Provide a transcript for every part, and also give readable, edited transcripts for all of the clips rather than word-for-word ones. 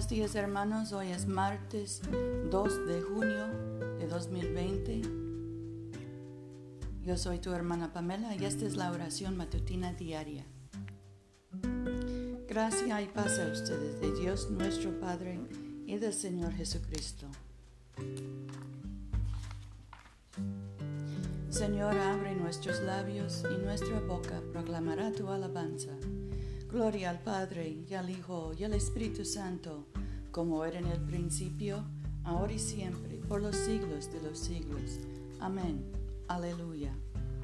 Buenos días, hermanos. Hoy es martes 2 de junio de 2020. Yo soy tu hermana Pamela y esta es la oración matutina diaria. Gracia y paz a ustedes de Dios nuestro Padre y del Señor Jesucristo. Señor, abre nuestros labios y nuestra boca proclamará tu alabanza. Gloria al Padre, y al Hijo, y al Espíritu Santo, como era en el principio, ahora y siempre, por los siglos de los siglos. Amén. Aleluya.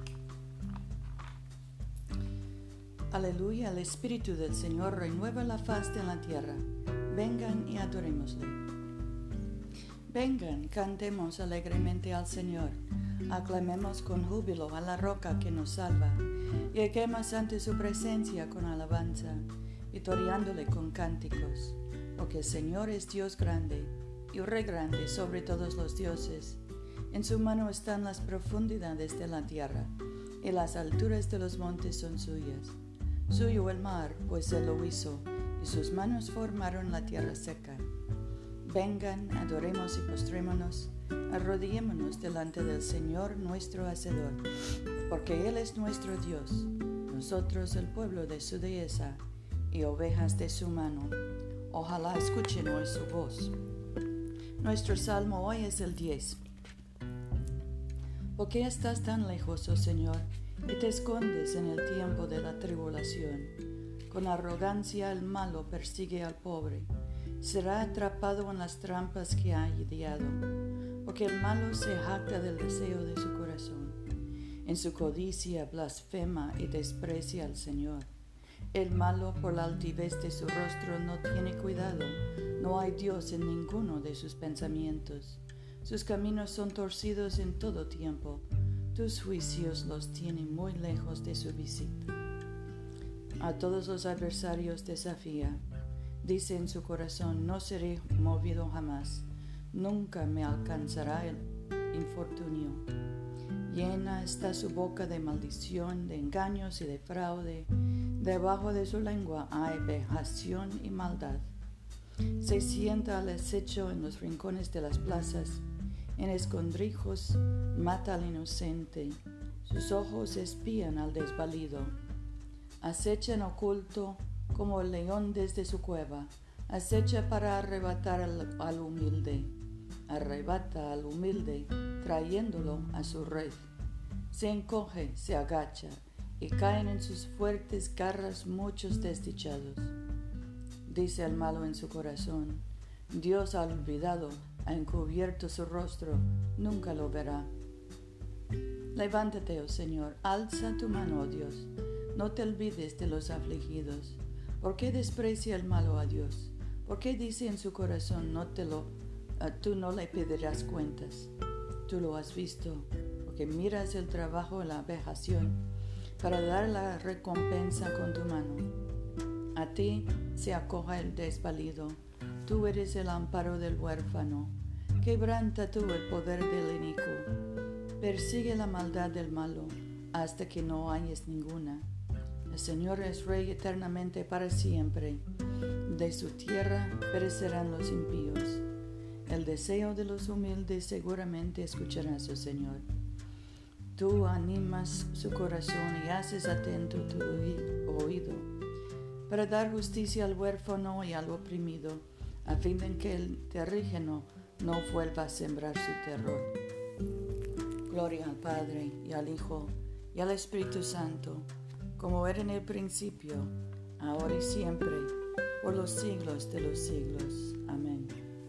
Aleluya, el Espíritu del Señor renueva la faz de la tierra. Vengan y adorémosle. Vengan, cantemos alegremente al Señor. Aclamemos con júbilo a la roca que nos salva. Lleguemos ante su presencia con alabanza, victoriándole con cánticos. Porque el Señor es Dios grande, y Rey grande sobre todos los dioses. En su mano están las profundidades de la tierra, y las alturas de los montes son suyas. Suyo el mar, pues él lo hizo, y sus manos formaron la tierra seca. Vengan, adoremos y postrémonos, arrodillémonos delante del Señor nuestro Hacedor, porque Él es nuestro Dios, nosotros el pueblo de su dehesa y ovejas de su mano. Ojalá escuchen hoy su voz. Nuestro salmo hoy es el 10. ¿Por qué estás tan lejos, oh Señor, y te escondes en el tiempo de la tribulación? Con arrogancia el malo persigue al pobre. Será atrapado en las trampas que ha ideado, porque el malo se jacta del deseo de su corazón. En su codicia blasfema y desprecia al Señor. El malo por la altivez de su rostro no tiene cuidado, no hay Dios en ninguno de sus pensamientos. Sus caminos son torcidos en todo tiempo, tus juicios los tienen muy lejos de su visita. A todos los adversarios desafía. Dice en su corazón, no seré movido jamás, nunca me alcanzará el infortunio. Llena está su boca de maldición, de engaños y de fraude. Debajo de su lengua hay vejación y maldad. Se sienta al acecho en los rincones de las plazas, en escondrijos mata al inocente. Sus ojos espían al desvalido. Acecha en oculto como el león desde su cueva, acecha para arrebatar al humilde. Arrebata al humilde, trayéndolo a su red. Se encoge, se agacha, y caen en sus fuertes garras muchos desdichados. Dice el malo en su corazón, Dios ha olvidado, ha encubierto su rostro, nunca lo verá. Levántate, oh Señor, alza tu mano, oh Dios, no te olvides de los afligidos. ¿Por qué desprecia el malo a Dios? ¿Por qué dice en su corazón, tú no le pedirás cuentas? Tú lo has visto, porque miras el trabajo y la vejación, para dar la recompensa con tu mano. A ti se acoja el desvalido, tú eres el amparo del huérfano. Quebranta tú el poder del inicuo. Persigue la maldad del malo, hasta que no halles ninguna. El Señor es Rey eternamente para siempre. De su tierra perecerán los impíos. El deseo de los humildes seguramente escuchará su Señor. Tú animas su corazón y haces atento tu oído, para dar justicia al huérfano y al oprimido, a fin de que el terrígeno no vuelva a sembrar su terror. Gloria al Padre, y al Hijo, y al Espíritu Santo, como era en el principio, ahora y siempre, por los siglos de los siglos. Amén.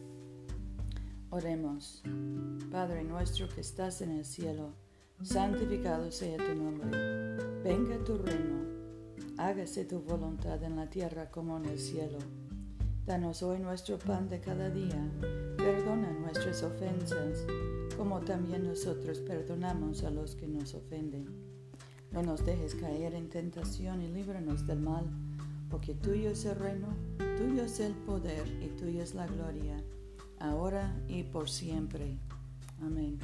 Oremos. Padre nuestro que estás en el cielo, santificado sea tu nombre. Venga tu reino. Hágase tu voluntad en la tierra como en el cielo. Danos hoy nuestro pan de cada día. Perdona nuestras ofensas, como también nosotros perdonamos a los que nos ofenden. No nos dejes caer en tentación y líbranos del mal, porque tuyo es el reino, tuyo es el poder y tuya es la gloria, ahora y por siempre. Amén.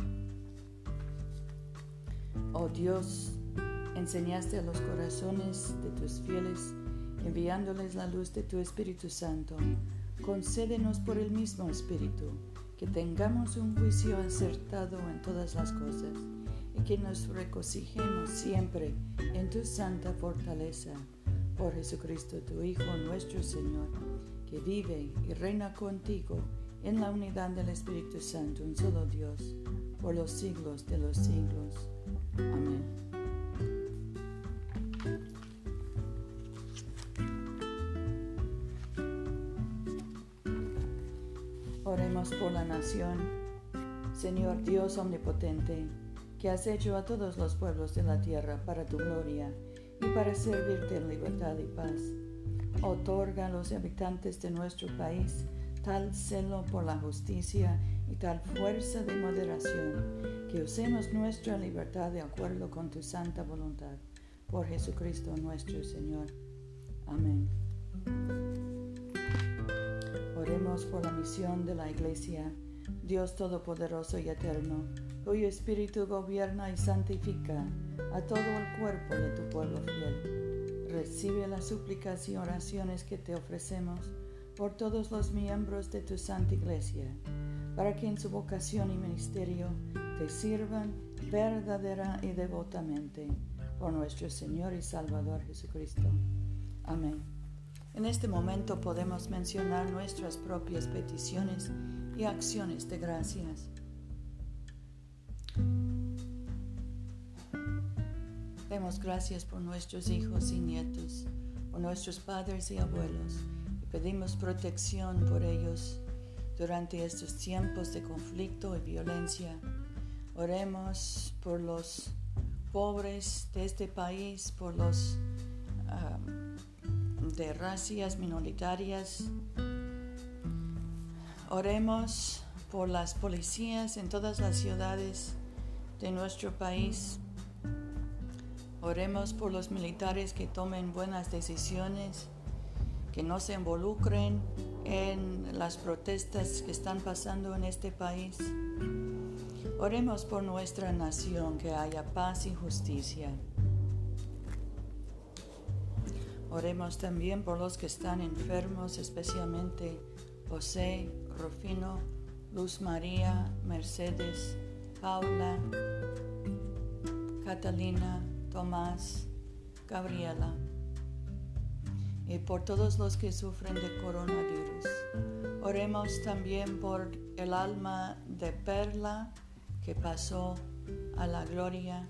Oh Dios, enseñaste a los corazones de tus fieles, enviándoles la luz de tu Espíritu Santo, concédenos por el mismo Espíritu que tengamos un juicio acertado en todas las cosas y que nos regocijemos siempre en tu santa fortaleza. Por Jesucristo, tu Hijo, nuestro Señor, que vive y reina contigo en la unidad del Espíritu Santo, un solo Dios, por los siglos de los siglos. Amén. Oremos por la nación. Señor Dios omnipotente, que has hecho a todos los pueblos de la tierra para tu gloria y para servirte en libertad y paz. Otorga a los habitantes de nuestro país tal celo por la justicia y tal fuerza de moderación, que usemos nuestra libertad de acuerdo con tu santa voluntad. Por Jesucristo nuestro Señor. Amén. Oremos por la misión de la Iglesia. Dios Todopoderoso y Eterno, cuyo Espíritu gobierna y santifica a todo el cuerpo de tu pueblo fiel. Recibe las súplicas y oraciones que te ofrecemos por todos los miembros de tu Santa Iglesia, para que en su vocación y ministerio te sirvan verdadera y devotamente, por nuestro Señor y Salvador Jesucristo. Amén. En este momento podemos mencionar nuestras propias peticiones y acciones de gracias. Demos gracias por nuestros hijos y nietos, por nuestros padres y abuelos, y pedimos protección por ellos durante estos tiempos de conflicto y violencia. Oremos por los pobres de este país, por los de razas minoritarias. Oremos por las policías en todas las ciudades de nuestro país. Oremos por los militares que tomen buenas decisiones, que no se involucren en las protestas que están pasando en este país. Oremos por nuestra nación, que haya paz y justicia. Oremos también por los que están enfermos, especialmente José, Rufino, Luz María, Mercedes, Paula, Catalina, Tomás, Gabriela, y por todos los que sufren de coronavirus. Oremos también por el alma de Perla, que pasó a la gloria.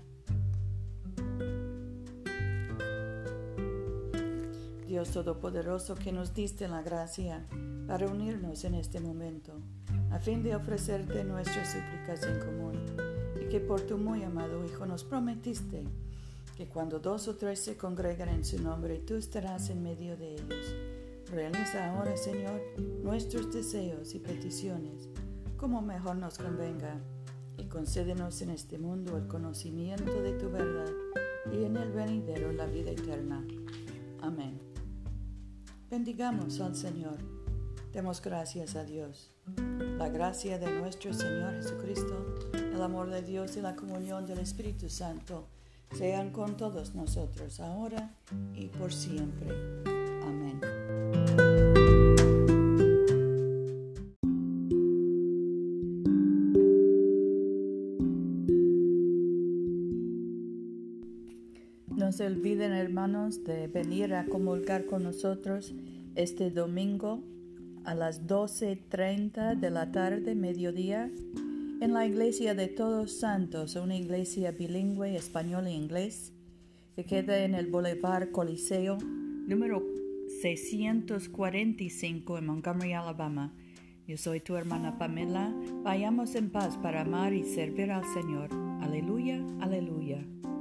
Dios Todopoderoso, que nos diste la gracia para unirnos en este momento, a fin de ofrecerte nuestras súplicas en común, y que por tu muy amado Hijo nos prometiste que cuando 2 o 3 se congregan en su nombre, tú estarás en medio de ellos. Realiza ahora, Señor, nuestros deseos y peticiones, como mejor nos convenga, y concédenos en este mundo el conocimiento de tu verdad, y en el venidero la vida eterna. Amén. Bendigamos al Señor. Demos gracias a Dios. La gracia de nuestro Señor Jesucristo, el amor de Dios y la comunión del Espíritu Santo sean con todos nosotros ahora y por siempre. Amén. No se olviden, hermanos, de venir a comulgar con nosotros este domingo a las 12:30 de la tarde, mediodía, en la Iglesia de Todos Santos, una iglesia bilingüe, español e inglés, que queda en el Boulevard Coliseo, número 645 en Montgomery, Alabama. Yo soy tu hermana Pamela. Vayamos en paz para amar y servir al Señor. Aleluya, aleluya.